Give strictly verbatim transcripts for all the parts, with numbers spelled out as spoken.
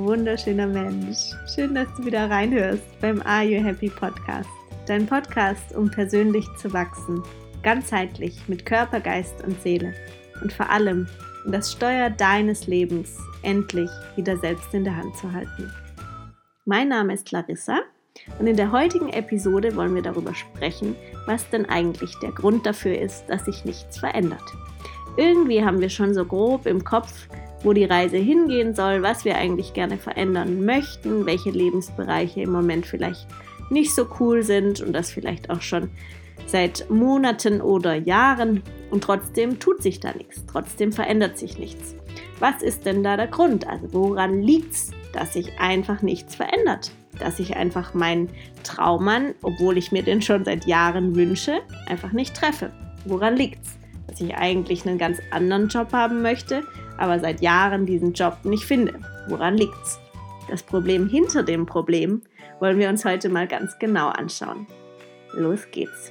wunderschöner Mensch. Schön, dass du wieder reinhörst beim Are You Happy Podcast. Dein Podcast, um persönlich zu wachsen, ganzheitlich mit Körper, Geist und Seele und vor allem, um das Steuer deines Lebens endlich wieder selbst in der Hand zu halten. Mein Name ist Larissa und in der heutigen Episode wollen wir darüber sprechen, was denn eigentlich der Grund dafür ist, dass sich nichts verändert. Irgendwie haben wir schon so grob im Kopf, wo die Reise hingehen soll, was wir eigentlich gerne verändern möchten, welche Lebensbereiche im Moment vielleicht nicht so cool sind und das vielleicht auch schon seit Monaten oder Jahren und trotzdem tut sich da nichts, trotzdem verändert sich nichts. Was ist denn da der Grund? Also woran liegt es, dass sich einfach nichts verändert? Dass ich einfach meinen Traummann, obwohl ich mir den schon seit Jahren wünsche, einfach nicht treffe. Woran liegt es? Dass ich eigentlich einen ganz anderen Job haben möchte, aber seit Jahren diesen Job nicht finde. Woran liegt's? Das Problem hinter dem Problem wollen wir uns heute mal ganz genau anschauen. Los geht's!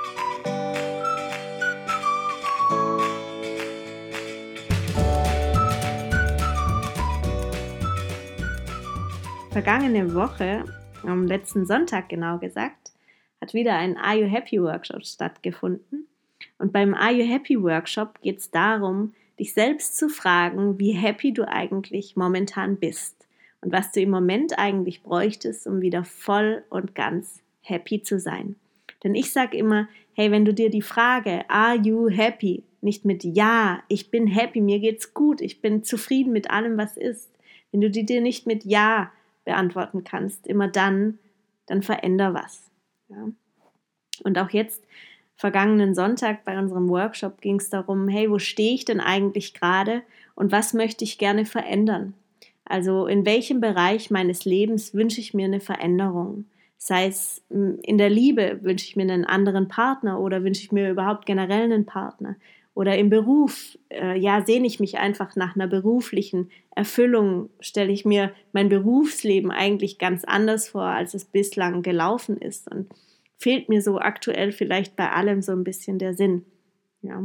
Vergangene Woche, am letzten Sonntag genau gesagt, hat wieder ein Are You Happy Workshop stattgefunden. Und beim Are You Happy Workshop geht es darum, dich selbst zu fragen, wie happy du eigentlich momentan bist und was du im Moment eigentlich bräuchtest, um wieder voll und ganz happy zu sein. Denn ich sage immer, hey, wenn du dir die Frage, are you happy, nicht mit ja, ich bin happy, mir geht's gut, ich bin zufrieden mit allem, was ist, wenn du die dir nicht mit ja beantworten kannst, immer dann, dann veränder was. Ja? Und auch jetzt, vergangenen Sonntag bei unserem Workshop ging es darum, hey, wo stehe ich denn eigentlich gerade und was möchte ich gerne verändern? Also in welchem Bereich meines Lebens wünsche ich mir eine Veränderung? Sei es in der Liebe, wünsche ich mir einen anderen Partner oder wünsche ich mir überhaupt generell einen Partner? Oder im Beruf, äh, ja, sehne ich mich einfach nach einer beruflichen Erfüllung, stelle ich mir mein Berufsleben eigentlich ganz anders vor, als es bislang gelaufen ist und fehlt mir so aktuell vielleicht bei allem so ein bisschen der Sinn. Ja.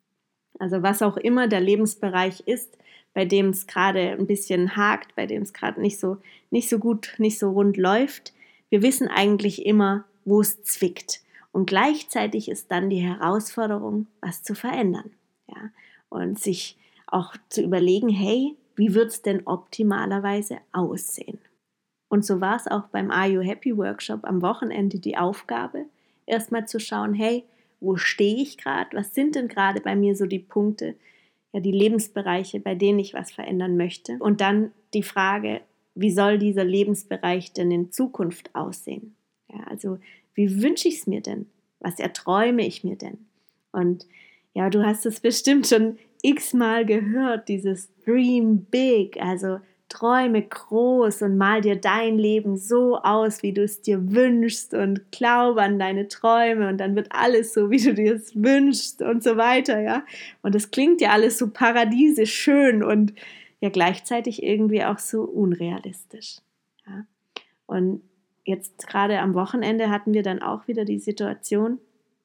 Also was auch immer der Lebensbereich ist, bei dem es gerade ein bisschen hakt, bei dem es gerade nicht so, nicht so gut, nicht so rund läuft, wir wissen eigentlich immer, wo es zwickt. Und gleichzeitig ist dann die Herausforderung, was zu verändern. Ja. Und sich auch zu überlegen, hey, wie wird es denn optimalerweise aussehen? Und so war es auch beim Are You Happy Workshop am Wochenende die Aufgabe, erstmal zu schauen, hey, wo stehe ich gerade? Was sind denn gerade bei mir so die Punkte, ja, die Lebensbereiche, bei denen ich was verändern möchte? Und dann die Frage, wie soll dieser Lebensbereich denn in Zukunft aussehen? Ja, also wie wünsche ich es mir denn? Was erträume ich mir denn? Und ja, du hast es bestimmt schon x-mal gehört, dieses Dream Big, also träume groß und mal dir dein Leben so aus, wie du es dir wünschst und glaube an deine Träume und dann wird alles so, wie du dir es wünschst und so weiter, ja. Und das klingt ja alles so paradiesisch schön und ja gleichzeitig irgendwie auch so unrealistisch, ja. Und jetzt gerade am Wochenende hatten wir dann auch wieder die Situation,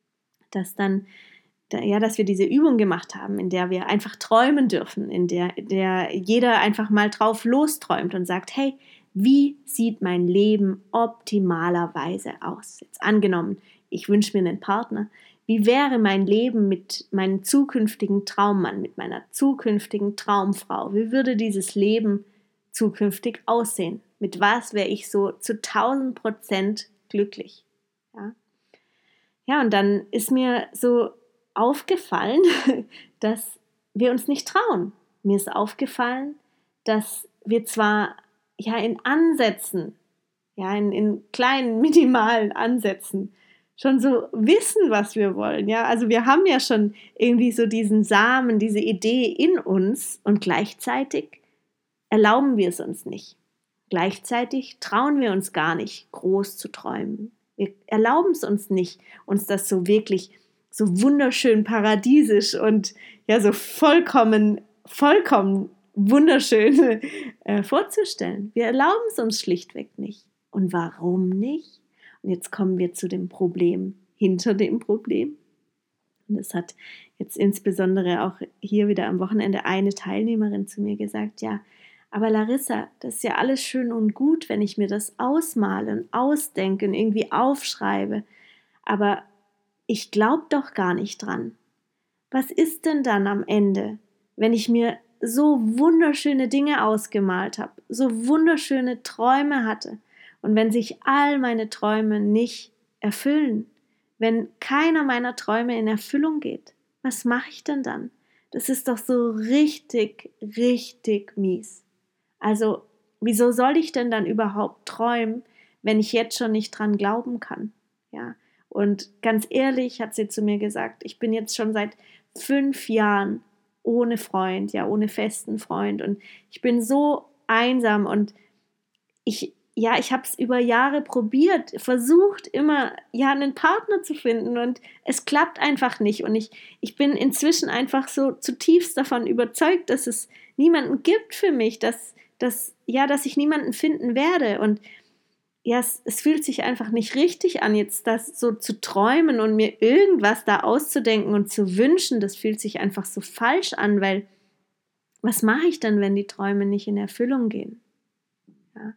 dass dann ja, dass wir diese Übung gemacht haben, in der wir einfach träumen dürfen, in der, in der jeder einfach mal drauf losträumt und sagt, hey, wie sieht mein Leben optimalerweise aus? Jetzt angenommen, ich wünsche mir einen Partner. Wie wäre mein Leben mit meinem zukünftigen Traummann, mit meiner zukünftigen Traumfrau? Wie würde dieses Leben zukünftig aussehen? Mit was wäre ich so zu tausend Prozent glücklich? Ja? Ja, und dann ist mir so aufgefallen, dass wir uns nicht trauen. Mir ist aufgefallen, dass wir zwar ja in Ansätzen, ja in, in kleinen, minimalen Ansätzen schon so wissen, was wir wollen. Ja, also wir haben ja schon irgendwie so diesen Samen, diese Idee in uns und gleichzeitig erlauben wir es uns nicht. Gleichzeitig trauen wir uns gar nicht, groß zu träumen. Wir erlauben es uns nicht, uns das so wirklich so wunderschön paradiesisch und ja so vollkommen, vollkommen wunderschön äh, vorzustellen. Wir erlauben es uns schlichtweg nicht. Und warum nicht? Und jetzt kommen wir zu dem Problem hinter dem Problem. Und das hat jetzt insbesondere auch hier wieder am Wochenende eine Teilnehmerin zu mir gesagt, ja, aber Larissa, das ist ja alles schön und gut, wenn ich mir das ausmale und ausdenke und irgendwie aufschreibe, aber ich glaube doch gar nicht dran. Was ist denn dann am Ende, wenn ich mir so wunderschöne Dinge ausgemalt habe, so wunderschöne Träume hatte und wenn sich all meine Träume nicht erfüllen, wenn keiner meiner Träume in Erfüllung geht, was mache ich denn dann? Das ist doch so richtig, richtig mies. Also, wieso soll ich denn dann überhaupt träumen, wenn ich jetzt schon nicht dran glauben kann? Ja, und ganz ehrlich hat sie zu mir gesagt, ich bin jetzt schon seit fünf Jahren ohne Freund, ja, ohne festen Freund und ich bin so einsam und ich, ja, ich habe es über Jahre probiert, versucht immer, ja, einen Partner zu finden und es klappt einfach nicht und ich, ich bin inzwischen einfach so zutiefst davon überzeugt, dass es niemanden gibt für mich, dass, dass, ja, dass ich niemanden finden werde und ja, es, es fühlt sich einfach nicht richtig an, jetzt das so zu träumen und mir irgendwas da auszudenken und zu wünschen, das fühlt sich einfach so falsch an, weil was mache ich dann, wenn die Träume nicht in Erfüllung gehen? Ja.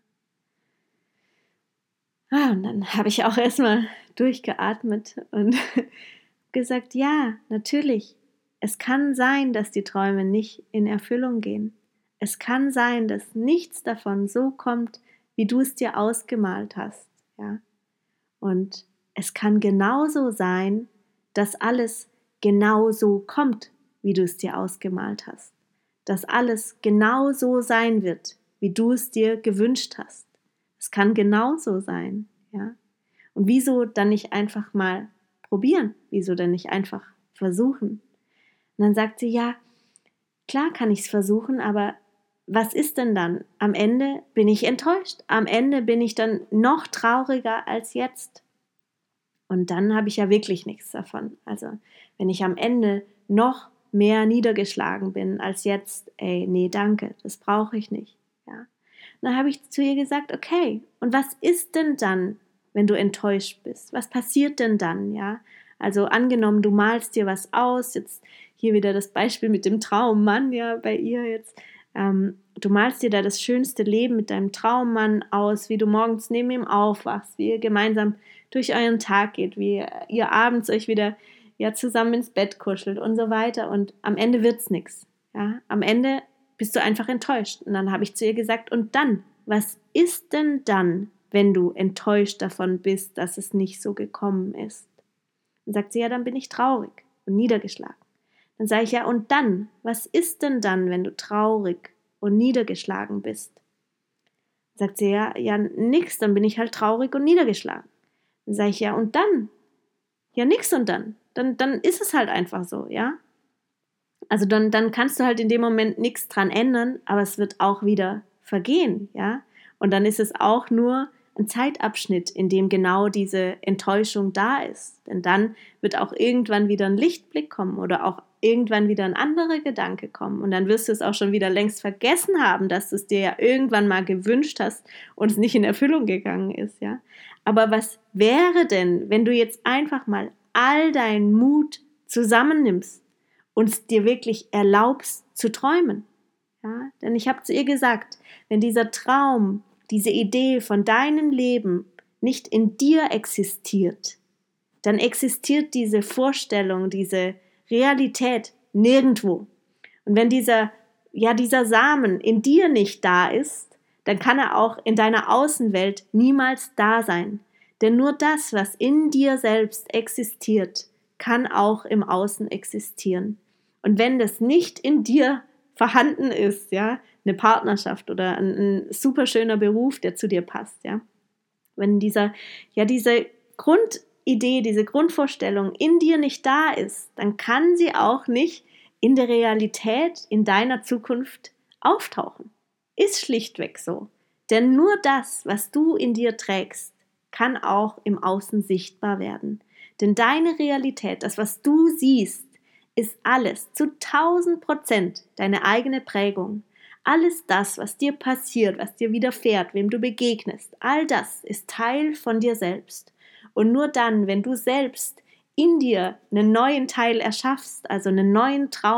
Ah, und dann habe ich auch erstmal durchgeatmet und gesagt, ja, natürlich, es kann sein, dass die Träume nicht in Erfüllung gehen. Es kann sein, dass nichts davon so kommt, wie du es dir ausgemalt hast, ja. Und es kann genauso sein, dass alles genauso kommt, wie du es dir ausgemalt hast. Dass alles genau so sein wird, wie du es dir gewünscht hast. Es kann genauso sein, ja. Und wieso dann nicht einfach mal probieren? Wieso dann nicht einfach versuchen? Und dann sagt sie, ja, klar kann ich es versuchen, aber was ist denn dann? Am Ende bin ich enttäuscht. Am Ende bin ich dann noch trauriger als jetzt. Und dann habe ich ja wirklich nichts davon. Also, wenn ich am Ende noch mehr niedergeschlagen bin als jetzt, ey, nee, danke, das brauche ich nicht. Ja. Und dann habe ich zu ihr gesagt, okay, und was ist denn dann, wenn du enttäuscht bist? Was passiert denn dann, ja? Also angenommen, du malst dir was aus, jetzt hier wieder das Beispiel mit dem Traummann, ja, bei ihr jetzt. Ähm, du malst dir da das schönste Leben mit deinem Traummann aus, wie du morgens neben ihm aufwachst, wie ihr gemeinsam durch euren Tag geht, wie ihr abends euch wieder ja, zusammen ins Bett kuschelt und so weiter. Und am Ende wird's nichts. Ja? Am Ende bist du einfach enttäuscht. Und dann habe ich zu ihr gesagt, und dann, was ist denn dann, wenn du enttäuscht davon bist, dass es nicht so gekommen ist? Dann sagt sie, ja, dann bin ich traurig und niedergeschlagen. Dann sage ich, ja, und dann, was ist denn dann, wenn du traurig und niedergeschlagen bist? Dann sagt sie, ja, ja, nix, dann bin ich halt traurig und niedergeschlagen. Dann sage ich, ja, und dann? Ja, nix und dann. Dann, dann ist es halt einfach so, ja? Also dann, dann kannst du halt in dem Moment nichts dran ändern, aber es wird auch wieder vergehen, ja? Und dann ist es auch nur ein Zeitabschnitt, in dem genau diese Enttäuschung da ist. Denn dann wird auch irgendwann wieder ein Lichtblick kommen oder auch irgendwann wieder ein anderer Gedanke kommen. Und dann wirst du es auch schon wieder längst vergessen haben, dass du es dir ja irgendwann mal gewünscht hast und es nicht in Erfüllung gegangen ist, ja? Aber was wäre denn, wenn du jetzt einfach mal all deinen Mut zusammennimmst und es dir wirklich erlaubst zu träumen? Ja? Denn ich habe zu ihr gesagt, wenn dieser Traum, diese Idee von deinem Leben nicht in dir existiert, dann existiert diese Vorstellung, diese Realität nirgendwo. Und wenn dieser, ja, dieser Samen in dir nicht da ist, dann kann er auch in deiner Außenwelt niemals da sein. Denn nur das, was in dir selbst existiert, kann auch im Außen existieren. Und wenn das nicht in dir vorhanden ist, ja, eine Partnerschaft oder ein, ein super schöner Beruf, der zu dir passt, ja, wenn dieser, ja, diese Grundidee, diese Grundvorstellung in dir nicht da ist, dann kann sie auch nicht in der Realität, in deiner Zukunft auftauchen. Ist schlichtweg so. Denn nur das, was du in dir trägst, kann auch im Außen sichtbar werden. Denn deine Realität, das, was du siehst, ist alles zu tausend Prozent deine eigene Prägung. Alles das, was dir passiert, was dir widerfährt, wem du begegnest, all das ist Teil von dir selbst. Und nur dann, wenn du selbst in dir einen neuen Teil erschaffst, also einen neuen Traum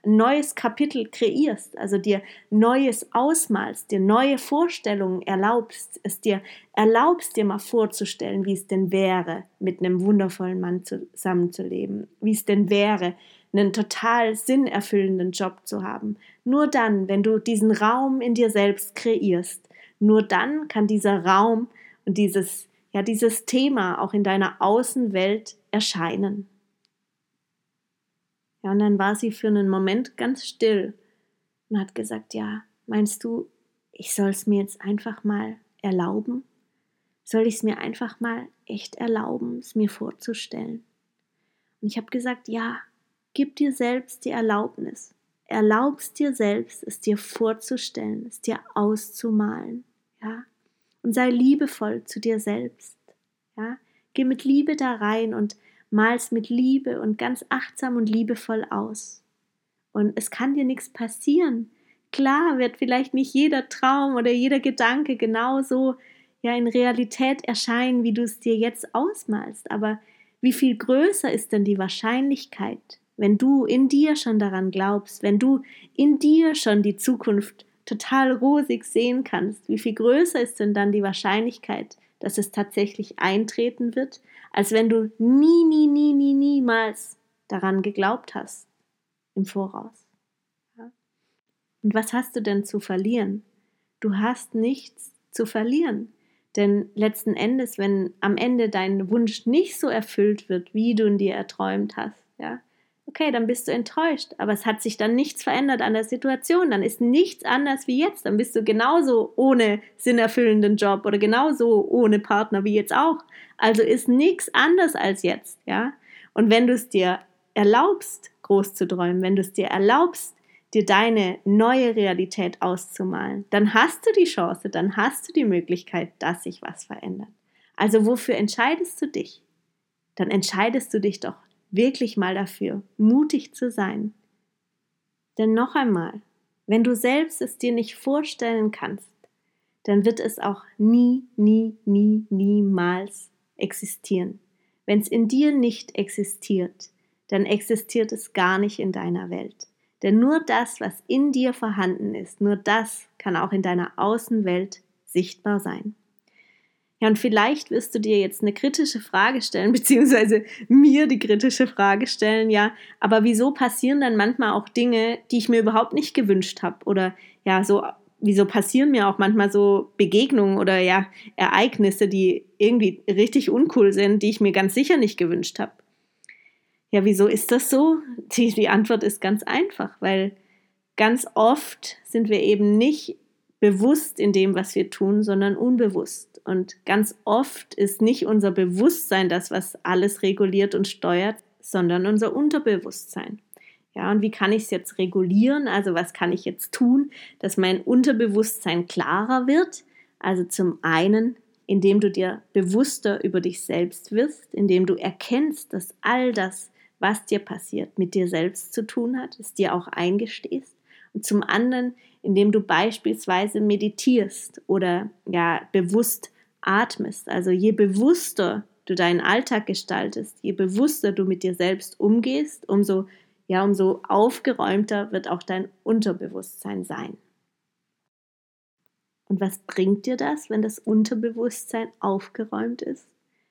ein neues Kapitel kreierst, also dir Neues ausmalst, dir neue Vorstellungen erlaubst, es dir erlaubst, dir mal vorzustellen, wie es denn wäre, mit einem wundervollen Mann zusammenzuleben, wie es denn wäre, einen total sinnerfüllenden Job zu haben. Nur dann, wenn du diesen Raum in dir selbst kreierst, nur dann kann dieser Raum und dieses, ja, dieses Thema auch in deiner Außenwelt erscheinen. Ja, und dann war sie für einen Moment ganz still und hat gesagt, ja, meinst du, ich soll es mir jetzt einfach mal erlauben? Soll ich es mir einfach mal echt erlauben, es mir vorzustellen? Und ich habe gesagt, ja, gib dir selbst die Erlaubnis. Erlaubst dir selbst, es dir vorzustellen, es dir auszumalen, ja? Und sei liebevoll zu dir selbst, ja? Geh mit Liebe da rein und mal's mit Liebe und ganz achtsam und liebevoll aus. Und es kann dir nichts passieren. Klar wird vielleicht nicht jeder Traum oder jeder Gedanke genauso ja in Realität erscheinen, wie du es dir jetzt ausmalst, aber wie viel größer ist denn die Wahrscheinlichkeit, wenn du in dir schon daran glaubst, wenn du in dir schon die Zukunft total rosig sehen kannst, wie viel größer ist denn dann die Wahrscheinlichkeit, dass es tatsächlich eintreten wird, als wenn du nie, nie, nie, nie, niemals daran geglaubt hast im Voraus. Ja? Und was hast du denn zu verlieren? Du hast nichts zu verlieren. Denn letzten Endes, wenn am Ende dein Wunsch nicht so erfüllt wird, wie du ihn dir erträumt hast, ja, okay, dann bist du enttäuscht, aber es hat sich dann nichts verändert an der Situation, dann ist nichts anders wie jetzt, dann bist du genauso ohne sinnerfüllenden Job oder genauso ohne Partner wie jetzt auch, also ist nichts anders als jetzt, ja, und wenn du es dir erlaubst, groß zu träumen, wenn du es dir erlaubst, dir deine neue Realität auszumalen, dann hast du die Chance, dann hast du die Möglichkeit, dass sich was verändert. Also wofür entscheidest du dich? Dann entscheidest du dich doch wirklich mal dafür, mutig zu sein. Denn noch einmal, wenn du selbst es dir nicht vorstellen kannst, dann wird es auch nie, nie, nie, niemals existieren. Wenn es in dir nicht existiert, dann existiert es gar nicht in deiner Welt. Denn nur das, was in dir vorhanden ist, nur das kann auch in deiner Außenwelt sichtbar sein. Ja, und vielleicht wirst du dir jetzt eine kritische Frage stellen, beziehungsweise mir die kritische Frage stellen, ja, aber wieso passieren dann manchmal auch Dinge, die ich mir überhaupt nicht gewünscht habe? Oder ja, so, wieso passieren mir auch manchmal so Begegnungen oder ja, Ereignisse, die irgendwie richtig uncool sind, die ich mir ganz sicher nicht gewünscht habe? Ja, wieso ist das so? Die, die Antwort ist ganz einfach, weil ganz oft sind wir eben nicht bewusst in dem, was wir tun, sondern unbewusst. Und ganz oft ist nicht unser Bewusstsein das, was alles reguliert und steuert, sondern unser Unterbewusstsein. Ja, und wie kann ich es jetzt regulieren? Also was kann ich jetzt tun, dass mein Unterbewusstsein klarer wird? Also zum einen, indem du dir bewusster über dich selbst wirst, indem du erkennst, dass all das, was dir passiert, mit dir selbst zu tun hat, es dir auch eingestehst. Und zum anderen, indem du beispielsweise meditierst oder ja bewusst atmest. Also je bewusster du deinen Alltag gestaltest, je bewusster du mit dir selbst umgehst, umso ja, umso aufgeräumter wird auch dein Unterbewusstsein sein. Und was bringt dir das, wenn das Unterbewusstsein aufgeräumt ist?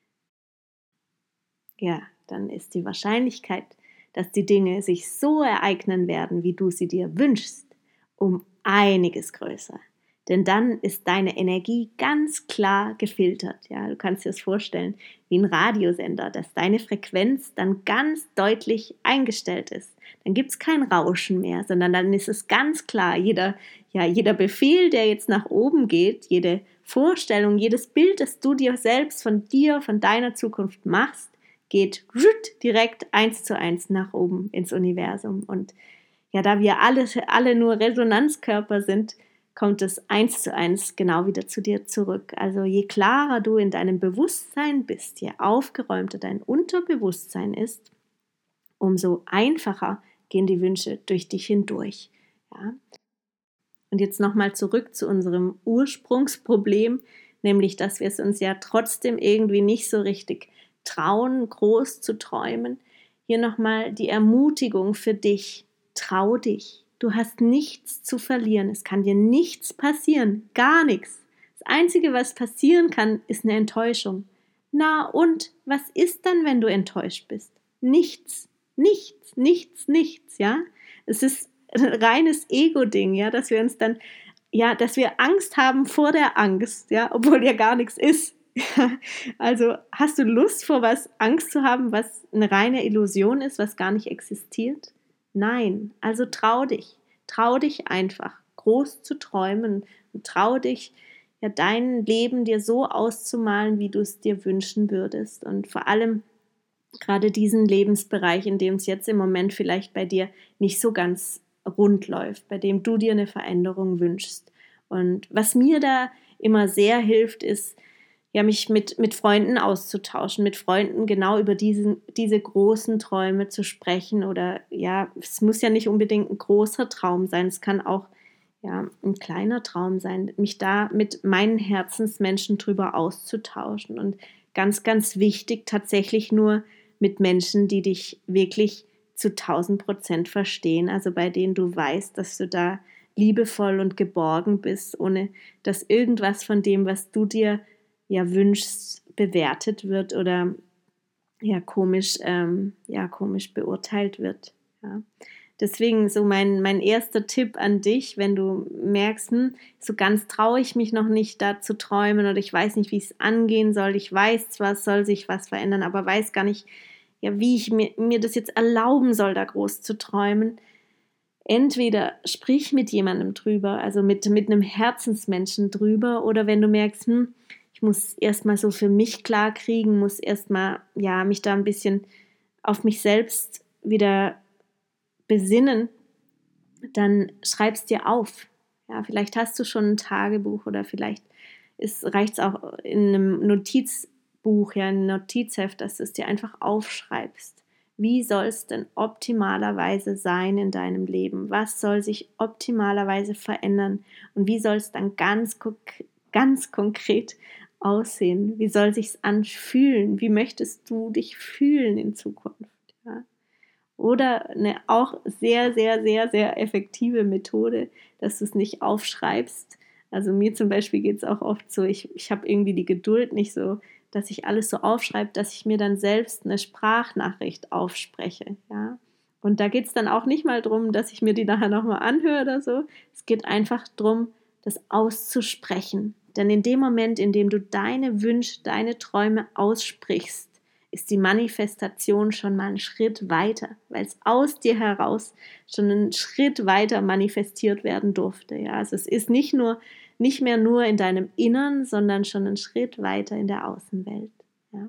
Ja, dann ist die Wahrscheinlichkeit, dass die Dinge sich so ereignen werden, wie du sie dir wünschst, um einiges größer. Denn dann ist deine Energie ganz klar gefiltert. Ja, du kannst dir das vorstellen wie ein Radiosender, dass deine Frequenz dann ganz deutlich eingestellt ist. Dann gibt es kein Rauschen mehr, sondern dann ist es ganz klar, jeder, ja, jeder Befehl, der jetzt nach oben geht, jede Vorstellung, jedes Bild, das du dir selbst von dir, von deiner Zukunft machst, geht direkt eins zu eins nach oben ins Universum. Und ja, da wir alle, alle nur Resonanzkörper sind, kommt es eins zu eins genau wieder zu dir zurück. Also je klarer du in deinem Bewusstsein bist, je aufgeräumter dein Unterbewusstsein ist, umso einfacher gehen die Wünsche durch dich hindurch. Ja? Und jetzt nochmal zurück zu unserem Ursprungsproblem, nämlich, dass wir es uns ja trotzdem irgendwie nicht so richtig trauen, groß zu träumen. Hier nochmal die Ermutigung für dich. trau dich. Du hast nichts zu verlieren. Es kann dir nichts passieren. Gar nichts. Das Einzige, was passieren kann, ist eine Enttäuschung. Na und, was ist dann, wenn du enttäuscht bist? Nichts. Nichts, nichts, nichts, ja. Es ist ein reines Ego-Ding, ja, dass wir uns dann, ja, dass wir Angst haben vor der Angst, ja, obwohl ja gar nichts ist. Also hast du Lust, vor was Angst zu haben, was eine reine Illusion ist, was gar nicht existiert? Nein, also trau dich, trau dich einfach, groß zu träumen und trau dich, ja, dein Leben dir so auszumalen, wie du es dir wünschen würdest und vor allem gerade diesen Lebensbereich, in dem es jetzt im Moment vielleicht bei dir nicht so ganz rund läuft, bei dem du dir eine Veränderung wünschst. Und was mir da immer sehr hilft, ist, ja, mich mit, mit Freunden auszutauschen, mit Freunden genau über diesen, diese großen Träume zu sprechen oder ja, es muss ja nicht unbedingt ein großer Traum sein, es kann auch ja, ein kleiner Traum sein, mich da mit meinen Herzensmenschen drüber auszutauschen und ganz, ganz wichtig tatsächlich nur mit Menschen, die dich wirklich zu tausend Prozent verstehen, also bei denen du weißt, dass du da liebevoll und geborgen bist, ohne dass irgendwas von dem, was du dir ja wünschst, bewertet wird oder ja komisch, ähm, ja komisch beurteilt wird. Ja. Deswegen so mein, mein erster Tipp an dich, wenn du merkst, hm, so ganz traue ich mich noch nicht, da zu träumen oder ich weiß nicht, wie es angehen soll. Ich weiß zwar, es soll sich was verändern, aber weiß gar nicht, ja, wie ich mir, mir das jetzt erlauben soll, da groß zu träumen. Entweder sprich mit jemandem drüber, also mit, mit einem Herzensmenschen drüber, oder wenn du merkst, hm, ich muss erstmal so für mich klar kriegen, muss erstmal, ja, mich da ein bisschen auf mich selbst wieder besinnen, dann schreib's dir auf. Ja, vielleicht hast du schon ein Tagebuch oder vielleicht reicht es auch in einem Notizbuch, ja, ein Notizheft, dass du es dir einfach aufschreibst. Wie soll es denn optimalerweise sein in deinem Leben? Was soll sich optimalerweise verändern? Und wie soll es dann ganz, ganz konkret aussehen? Wie soll sich's anfühlen? Wie möchtest du dich fühlen in Zukunft? Ja? Oder eine auch sehr, sehr, sehr, sehr effektive Methode, dass du es nicht aufschreibst. Also mir zum Beispiel geht es auch oft so, ich, ich habe irgendwie die Geduld nicht so, dass ich alles so aufschreibe, dass ich mir dann selbst eine Sprachnachricht aufspreche. Ja? Und da geht es dann auch nicht mal darum, dass ich mir die nachher nochmal anhöre oder so. Es geht einfach darum, das auszusprechen. Denn in dem Moment, in dem du deine Wünsche, deine Träume aussprichst, ist die Manifestation schon mal einen Schritt weiter, weil es aus dir heraus schon einen Schritt weiter manifestiert werden durfte. Ja? Also es ist nicht nur, nicht mehr nur in deinem Innern, sondern schon einen Schritt weiter in der Außenwelt. Ja?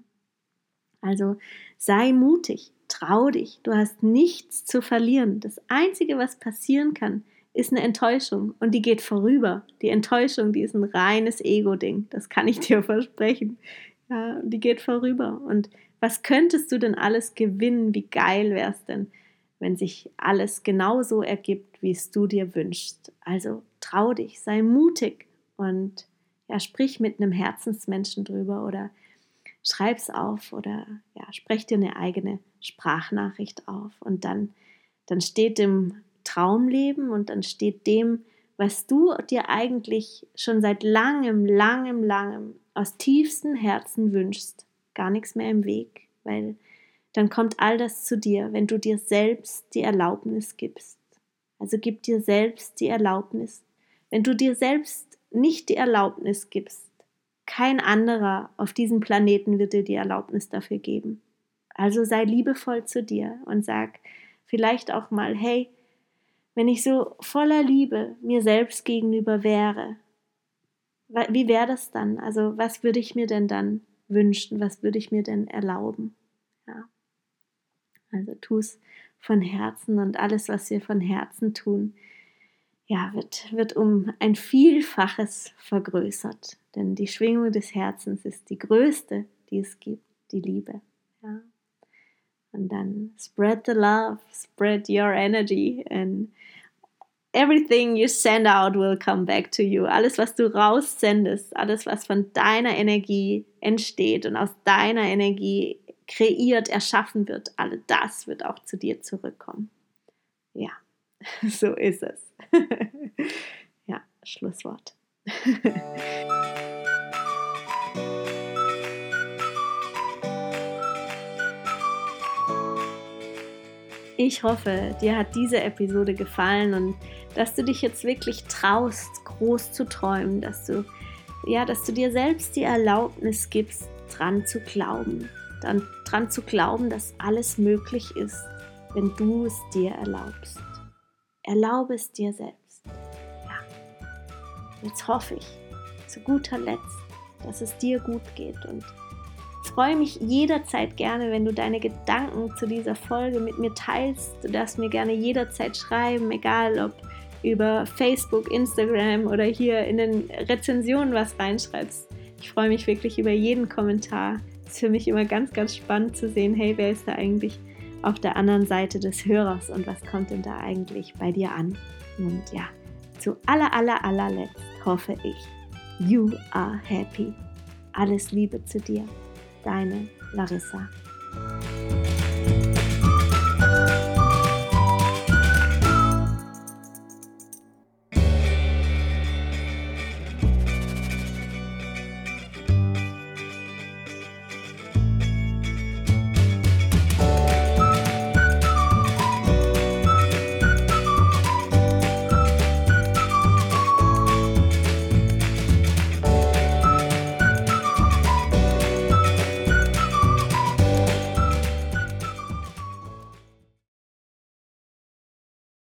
Also sei mutig, trau dich, du hast nichts zu verlieren. Das Einzige, was passieren kann, ist eine Enttäuschung und die geht vorüber. Die Enttäuschung, die ist ein reines Ego-Ding, das kann ich dir versprechen. Ja, die geht vorüber. Und was könntest du denn alles gewinnen? Wie geil wäre es denn, wenn sich alles genauso ergibt, wie es du dir wünschst? Also trau dich, sei mutig und ja, sprich mit einem Herzensmenschen drüber oder schreib's auf oder ja, sprech dir eine eigene Sprachnachricht auf und dann, dann steht dem Traumleben und dann steht dem, was du dir eigentlich schon seit langem, langem, langem aus tiefstem Herzen wünschst, gar nichts mehr im Weg, weil dann kommt all das zu dir, wenn du dir selbst die Erlaubnis gibst. Also gib dir selbst die Erlaubnis. Wenn du dir selbst nicht die Erlaubnis gibst, kein anderer auf diesem Planeten wird dir die Erlaubnis dafür geben. Also sei liebevoll zu dir und sag vielleicht auch mal, hey, wenn ich so voller Liebe mir selbst gegenüber wäre, wie wäre das dann? Also was würde ich mir denn dann wünschen? Was würde ich mir denn erlauben? Ja. Also tu es von Herzen und alles, was wir von Herzen tun, ja, wird, wird um ein Vielfaches vergrößert. Denn die Schwingung des Herzens ist die größte, die es gibt, die Liebe. Ja. Und dann spread the love, spread your energy and everything you send out will come back to you. Alles, was du raussendest, alles, was von deiner Energie entsteht und aus deiner Energie kreiert, erschaffen wird, alles das wird auch zu dir zurückkommen. Ja, So ist es. Ja, Schlusswort. Ich hoffe, dir hat diese Episode gefallen und dass du dich jetzt wirklich traust, groß zu träumen, dass du, ja, dass du dir selbst die Erlaubnis gibst, dran zu glauben, dann dran zu glauben, dass alles möglich ist, wenn du es dir erlaubst. Erlaube es dir selbst. Ja. Jetzt hoffe ich zu guter Letzt, dass es dir gut geht und ich freue mich jederzeit gerne, wenn du deine Gedanken zu dieser Folge mit mir teilst. Du darfst mir gerne jederzeit schreiben, egal ob über Facebook, Instagram oder hier in den Rezensionen was reinschreibst. Ich freue mich wirklich über jeden Kommentar. Es ist für mich immer ganz, ganz spannend zu sehen, hey, wer ist da eigentlich auf der anderen Seite des Hörers und was kommt denn da eigentlich bei dir an? Und ja, zu aller, aller, allerletzt hoffe ich, you are happy. Alles Liebe zu dir. Deine Larissa.